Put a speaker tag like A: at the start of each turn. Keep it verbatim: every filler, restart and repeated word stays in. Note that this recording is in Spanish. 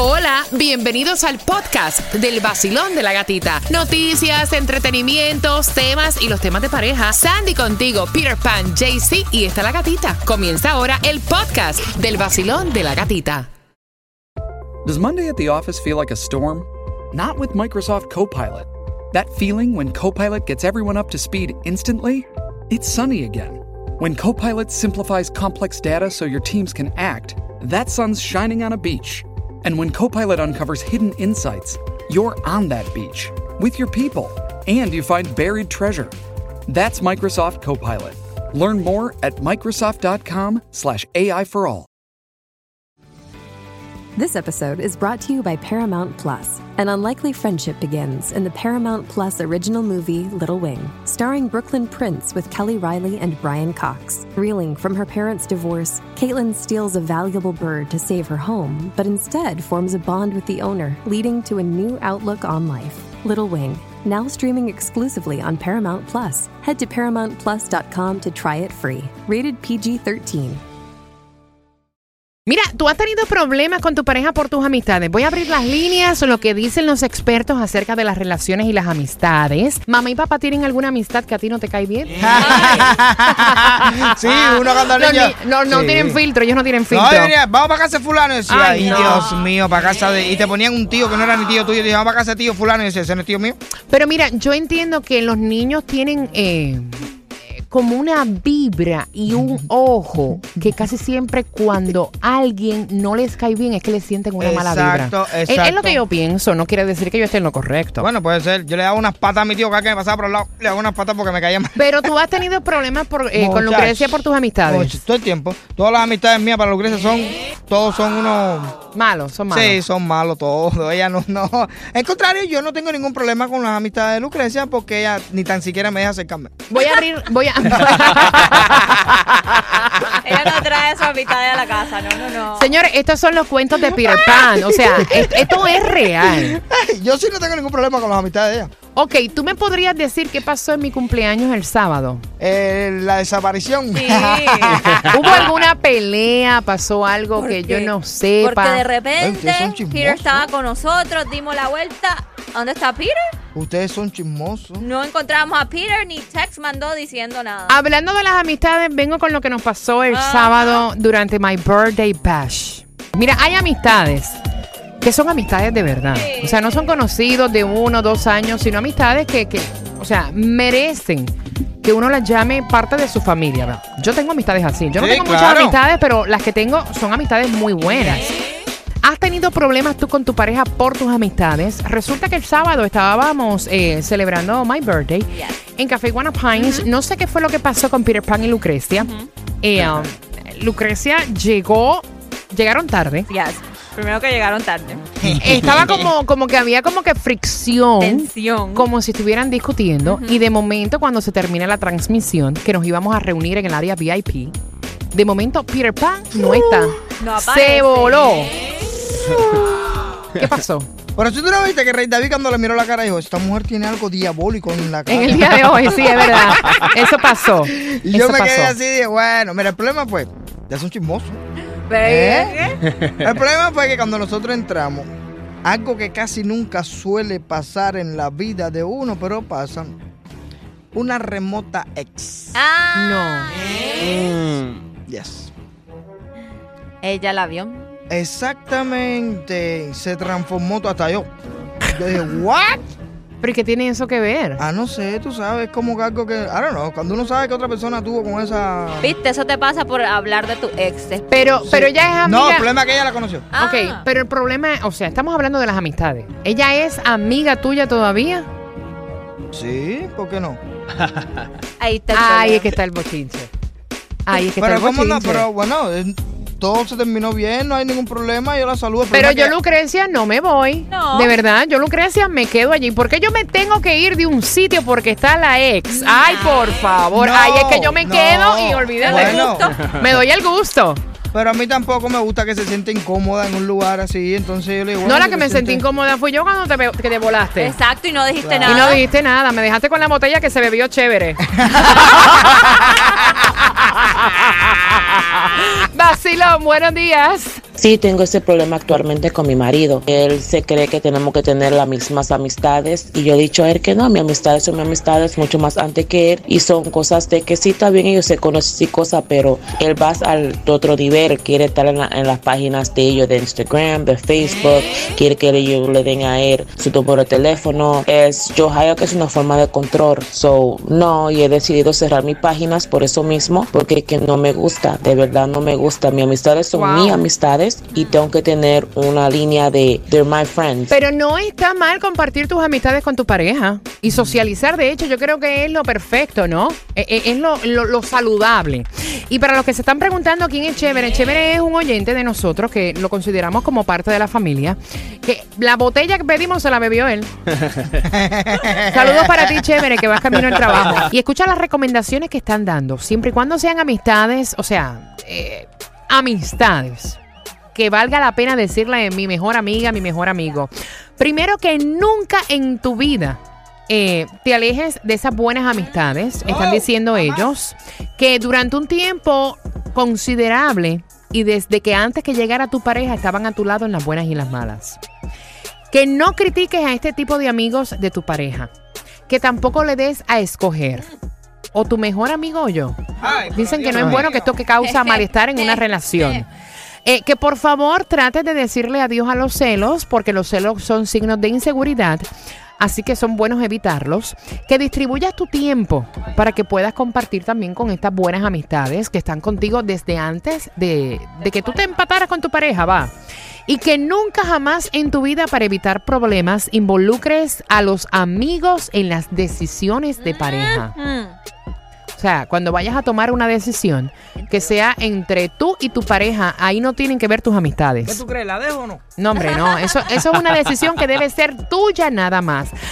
A: Hola, bienvenidos al podcast del Vacilón de la Gatita. Noticias, entretenimientos, temas y los temas de pareja. Sandy contigo, Peter Pan, J C y está la gatita. Comienza ahora el podcast del Vacilón de la Gatita.
B: Does Monday at the office feel like a storm? Not with Microsoft Copilot. That feeling when Copilot gets everyone up to speed instantly? It's sunny again. When Copilot simplifies complex data so your teams can act, that sun's shining on a beach. And when Copilot uncovers hidden insights, you're on that beach with your people, and you find buried treasure. That's Microsoft Copilot. Learn more at Microsoft.com slash AI for all.
C: This episode is brought to you by Paramount Plus. An unlikely friendship begins in the Paramount Plus original movie Little Wing, starring Brooklyn Prince with Kelly Riley and Brian Cox. Reeling from her parents' divorce, Caitlin steals a valuable bird to save her home, but instead forms a bond with the owner, leading to a new outlook on life. Little Wing, now streaming exclusively on Paramount Plus. Head to paramount plus dot com to try it free. Rated P G thirteen.
A: Mira, tú has tenido problemas con tu pareja por tus amistades. Voy a abrir las líneas o lo que dicen los expertos acerca de las relaciones y las amistades. ¿Mamá y papá tienen alguna amistad que a ti no te cae bien?
D: Sí, uno cuando
A: Los
D: niño.
A: ni- No, no
D: Sí.
A: tienen filtro, ellos no tienen
D: No,
A: filtro.
D: yo venía, vamos para casa de fulano y decía,
A: Ay,
D: ay,
A: no.
D: Dios mío, para casa de... Y te ponían un tío que no era ni tío tuyo y te vamos para casa de tío fulano y decía, ese no es tío mío.
A: Pero mira, yo entiendo que los niños tienen eh, como una vibra y un ojo que casi siempre cuando alguien no les cae bien es que les sienten una mala vibra.
D: Exacto,
A: Es,
D: exacto.
A: es lo que yo pienso, no quiere decir que yo esté en lo correcto.
D: Bueno, puede ser. Yo le daba unas patas a mi tío cada que me pasaba por el lado. Le daba unas patas porque me caía mal.
A: Pero tú has tenido problemas por, eh, con
D: Muchachos.
A: Lucrecia por tus amistades.
D: Mucho, todo el tiempo. Todas las amistades mías para Lucrecia son... Todos son unos...
A: Malos, son malos.
D: Sí, son malos todos. Ella no, no. Al contrario, yo no tengo ningún problema con las amistades de Lucrecia porque ella ni tan siquiera me deja acercarme.
A: Voy a abrir, voy a...
E: Ella no trae su amistad a la casa, no, no, no.
A: Señores, estos son los cuentos de Peter Pan. O sea, es- esto es real.
D: Yo sí no tengo ningún problema con las amistades de ella.
A: Ok, ¿tú me podrías decir qué pasó en mi cumpleaños el sábado?
D: Eh, la desaparición.
E: Sí.
A: ¿Hubo alguna pelea? ¿Pasó algo que yo
E: Porque-
A: no sepa?
E: Porque de
D: Ay,
E: repente
D: ustedes son chismosos.
E: Peter estaba con nosotros, dimos la vuelta. ¿Dónde está Peter?
D: Ustedes son chismosos.
E: No encontramos a Peter ni text mandó diciendo nada.
A: Hablando de las amistades, vengo con lo que nos pasó el
E: Ajá.
A: sábado durante my birthday bash. Mira, hay amistades que son amistades de verdad.
E: Sí.
A: O sea, no son conocidos de uno, dos años, sino amistades que, que o sea, merecen que uno las llame parte de su familia, ¿verdad? Yo tengo amistades así. Yo no
D: Sí,
A: tengo muchas
D: claro.
A: amistades, pero las que tengo son amistades muy buenas. ¿Has tenido problemas tú con tu pareja por tus amistades? Resulta que el sábado estábamos eh, celebrando my birthday
E: Yes.
A: en Café Iguana Pines. No sé qué fue lo que pasó con Peter Pan y Lucrecia. Eh, um, Lucrecia llegó, llegaron tarde.
E: Yes. Primero que llegaron tarde.
A: Estaba como, como que había como que fricción.
E: Tensión.
A: Como si estuvieran discutiendo. Y de momento, cuando se termina la transmisión, que nos íbamos a reunir en el área V I P, de momento Peter Pan no está.
E: no aparece.
A: Se voló. ¿Qué pasó?
D: Pero si tú no viste que Rey David cuando le miró la cara dijo, esta mujer tiene algo diabólico en la cara.
A: En el día de hoy, sí, es verdad. Eso pasó.
D: Y yo
A: Eso
D: me quedé
A: pasó.
D: así y dije, bueno, mira, el problema fue, ya son chismosos.
E: Pero,
D: ¿Eh?
E: ¿qué?
D: El problema fue que cuando nosotros entramos, algo que casi nunca suele pasar en la vida de uno, pero pasa, una remota ex.
E: Ah,
D: Yes.
E: ella la vio.
D: Exactamente. Se transformó tú hasta yo. Yo dije, ¿what?
A: ¿Pero y qué tiene eso que ver?
D: Ah, no sé, tú sabes, como que algo que... I don't know, cuando uno sabe que otra persona tuvo con esa...
E: Viste, eso te pasa por hablar de tu ex.
A: Pero, pero ella es amiga.
D: No, el problema es que ella la conoció.
E: Ah.
A: Ok, pero el problema es, o sea, estamos hablando de las amistades. ¿Ella es amiga tuya todavía?
D: Sí, ¿por qué no?
E: Ahí está el
A: Ahí
E: problema.
A: es que está el bochinche. Ahí es que
D: Pero
A: está el
D: cómo no,
A: bochinche.
D: pero bueno, eh, todo se terminó bien, no hay ningún problema, yo la saludo. el
A: Pero
D: problema
A: yo,
D: es que-
A: Lucrecia, no me voy.
E: No.
A: De verdad, yo, Lucrecia, me quedo allí. ¿Por qué yo me tengo que ir de un sitio porque está la ex? Ay, por favor.
D: No,
A: Ay, es que yo me
D: no.
A: quedo y olvídate.
D: Bueno.
A: Me doy el gusto.
D: Pero a mí tampoco me gusta que se siente incómoda en un lugar así, entonces yo le digo...
A: No,
D: bueno,
A: la
D: si
A: que
D: te
A: me sentí
D: sientes-
A: incómoda fui yo cuando te, ve- que te volaste.
E: Exacto, y no dijiste
D: Claro.
A: Y
E: nada.
A: no dijiste nada, me dejaste con la botella que se bebió chévere. Vacilón, buenos días.
F: Sí, tengo ese problema actualmente con mi marido. Él se cree que tenemos que tener las mismas amistades y yo he dicho a él que no, mis amistades son mis amistades mucho más antes que él y son cosas de que sí, está bien, ellos se conocen y cosas, pero él va al otro nivel, quiere estar en, la, en las páginas de ellos de Instagram, de Facebook, quiere que ellos le den a él su número de teléfono. Es, yo creo que es una forma de control. So, no, y he decidido cerrar mis páginas por eso mismo, porque es que no me gusta, de verdad no me gusta. Mis amistades son wow. mis amistades y tengo que tener una línea de they're my friends.
A: Pero no está mal compartir tus amistades con tu pareja y socializar. De hecho, yo creo que es lo perfecto, ¿no? Es, es lo, lo, lo saludable. Y para los que se están preguntando quién es Chévere, Chévere es un oyente de nosotros que lo consideramos como parte de la familia. Que la botella que pedimos se la bebió él. Saludos para ti, Chévere, que vas camino al trabajo. Y escucha las recomendaciones que están dando. Siempre y cuando sean amistades, o sea, eh, amistades que valga la pena decirle a mi mejor amiga, mi mejor amigo. Primero, que nunca en tu vida eh, te alejes de esas buenas amistades. Están diciendo ellos que durante un tiempo considerable y desde que antes que llegara tu pareja estaban a tu lado en las buenas y las malas. Que no critiques a este tipo de amigos de tu pareja. Que tampoco le des a escoger. O tu mejor amigo o yo. Dicen que no es bueno, que esto que causa malestar en una relación. Eh, que por favor trates de decirle adiós a los celos, porque los celos son signos de inseguridad, así que son buenos evitarlos. Que distribuyas tu tiempo para que puedas compartir también con estas buenas amistades que están contigo desde antes de, de que tú te empataras con tu pareja, va. Y que nunca jamás en tu vida, para evitar problemas, involucres a los amigos en las decisiones de pareja. O sea, cuando vayas a tomar una decisión que sea entre tú y tu pareja, ahí no tienen que ver tus amistades.
D: ¿Qué tú crees? ¿La dejo o no?
A: No, hombre, no. Eso, eso es una decisión que debe ser tuya nada más.